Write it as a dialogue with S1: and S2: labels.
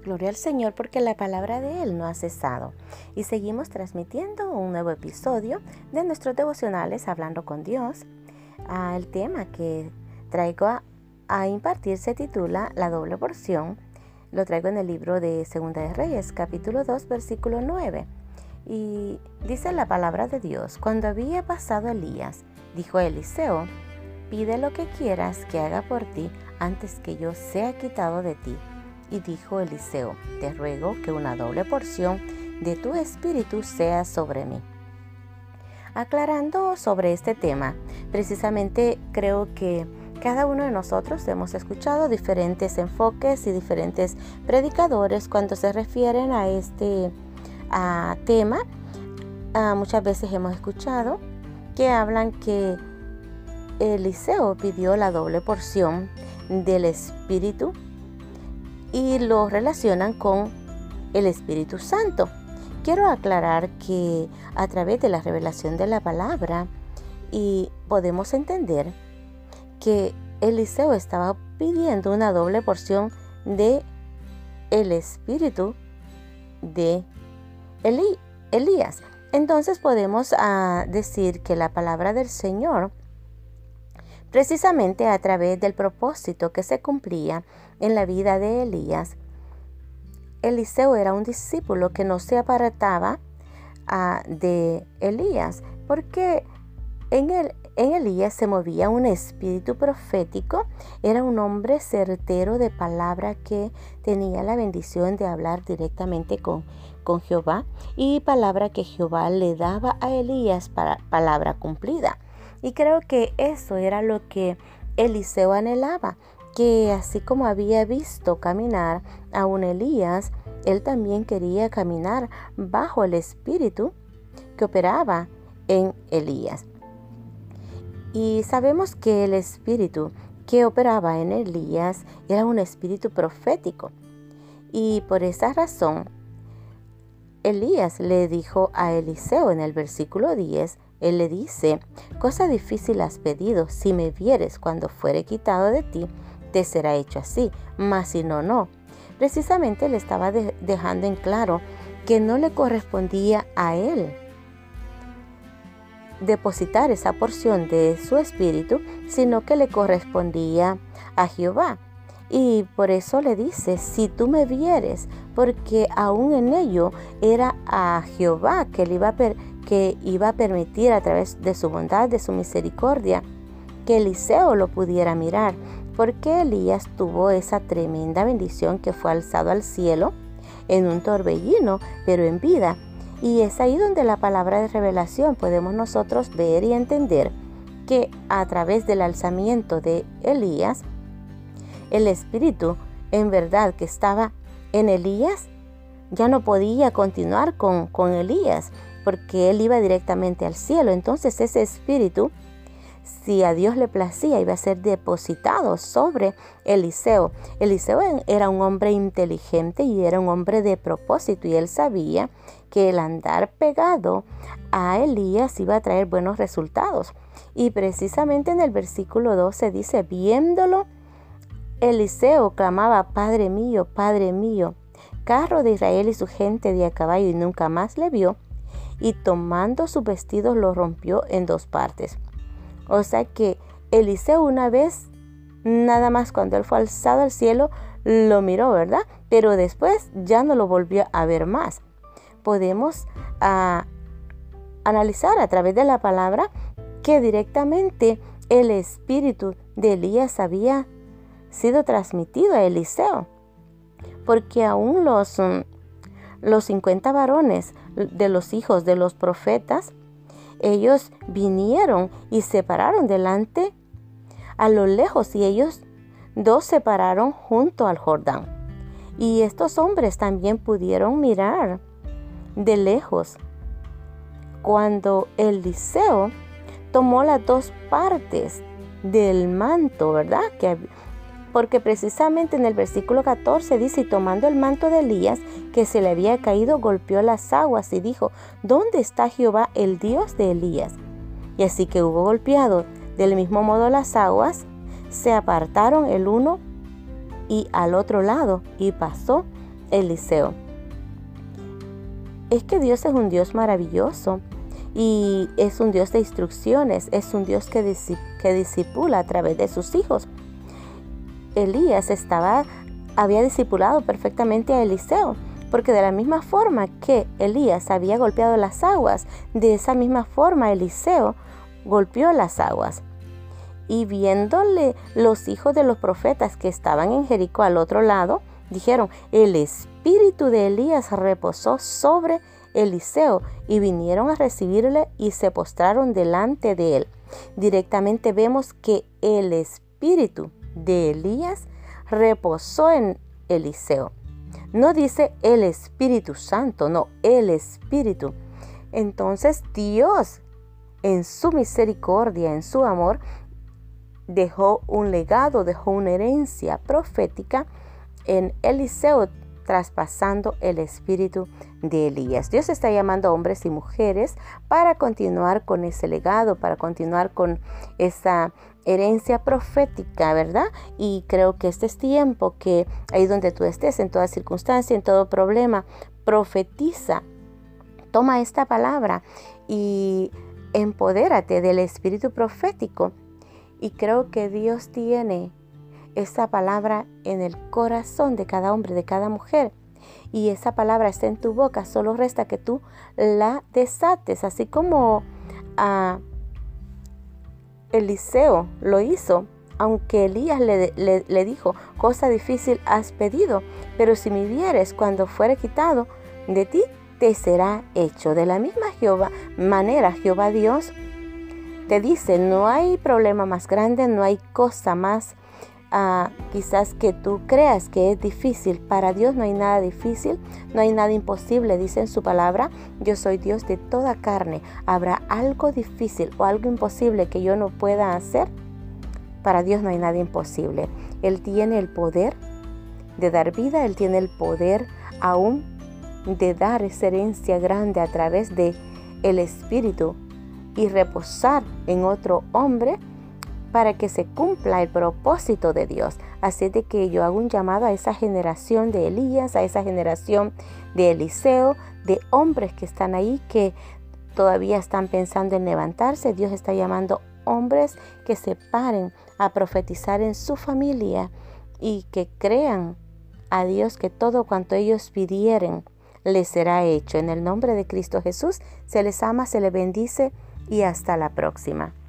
S1: Gloria al Señor porque la palabra de Él no ha cesado. Y seguimos transmitiendo un nuevo episodio de nuestros devocionales Hablando con Dios. El tema que traigo a impartir se titula La doble porción. Lo traigo en el libro de Segunda de Reyes, capítulo 2, versículo 9. Y dice la palabra de Dios: cuando había pasado Elías, dijo a Eliseo: pide lo que quieras que haga por ti antes que yo sea quitado de ti. Y dijo Eliseo: te ruego que una doble porción de tu espíritu sea sobre mí. Aclarando sobre este tema, precisamente creo que cada uno de nosotros hemos escuchado diferentes enfoques y diferentes predicadores cuando se refieren a este tema. Muchas veces hemos escuchado que hablan que Eliseo pidió la doble porción del Espíritu y lo relacionan con el Espíritu Santo. Quiero aclarar que a través de la revelación de la palabra podemos entender que Eliseo estaba pidiendo una doble porción de el Espíritu de Elías. Entonces podemos decir que la palabra del Señor, precisamente a través del propósito que se cumplía en la vida de Elías, Eliseo era un discípulo que no se apartaba de Elías, porque en Elías se movía un espíritu profético. Era un hombre certero de palabra que tenía la bendición de hablar directamente con Jehová, y palabra que Jehová le daba a Elías para palabra cumplida. Y creo que eso era lo que Eliseo anhelaba, que así como había visto caminar a un Elías, él también quería caminar bajo el espíritu que operaba en Elías. Y sabemos que el espíritu que operaba en Elías era un espíritu profético. Y por esa razón, Elías le dijo a Eliseo en el versículo 10, él le dice: cosa difícil has pedido, si me vieres cuando fuere quitado de ti, te será hecho así, mas si no, no. Precisamente le estaba dejando en claro que no le correspondía a él depositar esa porción de su espíritu, sino que le correspondía a Jehová. Y por eso le dice: si tú me vieres, porque aún en ello era a Jehová que iba a permitir, a través de su bondad, de su misericordia, que Eliseo lo pudiera mirar, porque Elías tuvo esa tremenda bendición que fue alzado al cielo en un torbellino, pero en vida. Y es ahí donde la palabra de revelación podemos nosotros ver y entender que a través del alzamiento de Elías, el espíritu en verdad que estaba en Elías ya no podía continuar con Elías, porque él iba directamente al cielo. Entonces ese espíritu, si a Dios le placía, iba a ser depositado sobre Eliseo. Eliseo era un hombre inteligente y era un hombre de propósito, y él sabía que el andar pegado a Elías iba a traer buenos resultados. Y precisamente en el versículo 12 dice: viéndolo, Eliseo clamaba: Padre mío, carro de Israel y su gente de a caballo, y nunca más le vio, y tomando sus vestidos lo rompió en dos partes. O sea que Eliseo una vez, nada más cuando él fue alzado al cielo, lo miró, ¿verdad? Pero después ya no lo volvió a ver más. Podemos analizar a través de la palabra que directamente el espíritu de Elías había sido transmitido a Eliseo, porque aún los 50 varones de los hijos de los profetas, ellos vinieron y se pararon delante a lo lejos, y ellos dos se pararon junto al Jordán. Y estos hombres también pudieron mirar de lejos cuando Eliseo tomó las dos partes del manto, ¿verdad? Porque precisamente en el versículo 14 dice: y tomando el manto de Elías que se le había caído, golpeó las aguas y dijo: ¿dónde está Jehová, el Dios de Elías? Y así que hubo golpeado del mismo modo las aguas, se apartaron el uno y al otro lado, y pasó Eliseo. Es que Dios es un Dios maravilloso y es un Dios de instrucciones, es un Dios que discipula a través de sus hijos. Elías había discipulado perfectamente a Eliseo, porque de la misma forma que Elías había golpeado las aguas, de esa misma forma Eliseo golpeó las aguas. Y viéndole los hijos de los profetas que estaban en Jericó al otro lado, dijeron: el espíritu de Elías reposó sobre Eliseo, y vinieron a recibirle y se postraron delante de él. Directamente vemos que el espíritu de Elías reposó en Eliseo. No dice el Espíritu Santo, no, el Espíritu. Entonces Dios, en su misericordia, en su amor, dejó un legado, dejó una herencia profética en Eliseo, traspasando el espíritu de Elías. Dios está llamando a hombres y mujeres para continuar con ese legado, para continuar con esa herencia profética, ¿verdad? Y creo que este es tiempo que ahí donde tú estés, en toda circunstancia, en todo problema, profetiza, toma esta palabra y empodérate del espíritu profético. Y creo que Dios tiene esa palabra en el corazón de cada hombre, de cada mujer. Y esa palabra está en tu boca, solo resta que tú la desates, así como Eliseo lo hizo. Aunque Elías le dijo: cosa difícil has pedido, pero si me vieres cuando fuere quitado de ti, te será hecho. De la misma manera Jehová Dios te dice: no hay problema más grande, no hay cosa más quizás que tú creas que es difícil. Para Dios no hay nada difícil, no hay nada imposible. Dice en su palabra: yo soy Dios de toda carne. ¿Habrá algo difícil o algo imposible que yo no pueda hacer? Para Dios no hay nada imposible. Él tiene el poder de dar vida, Él tiene el poder aún de dar esa herencia grande a través de el Espíritu y reposar en otro hombre para que se cumpla el propósito de Dios. Así de que yo hago un llamado a esa generación de Elías, a esa generación de Eliseo, de hombres que están ahí, que todavía están pensando en levantarse. Dios está llamando hombres que se paren a profetizar en su familia y que crean a Dios que todo cuanto ellos pidieren les será hecho. En el nombre de Cristo Jesús, se les ama, se les bendice y hasta la próxima.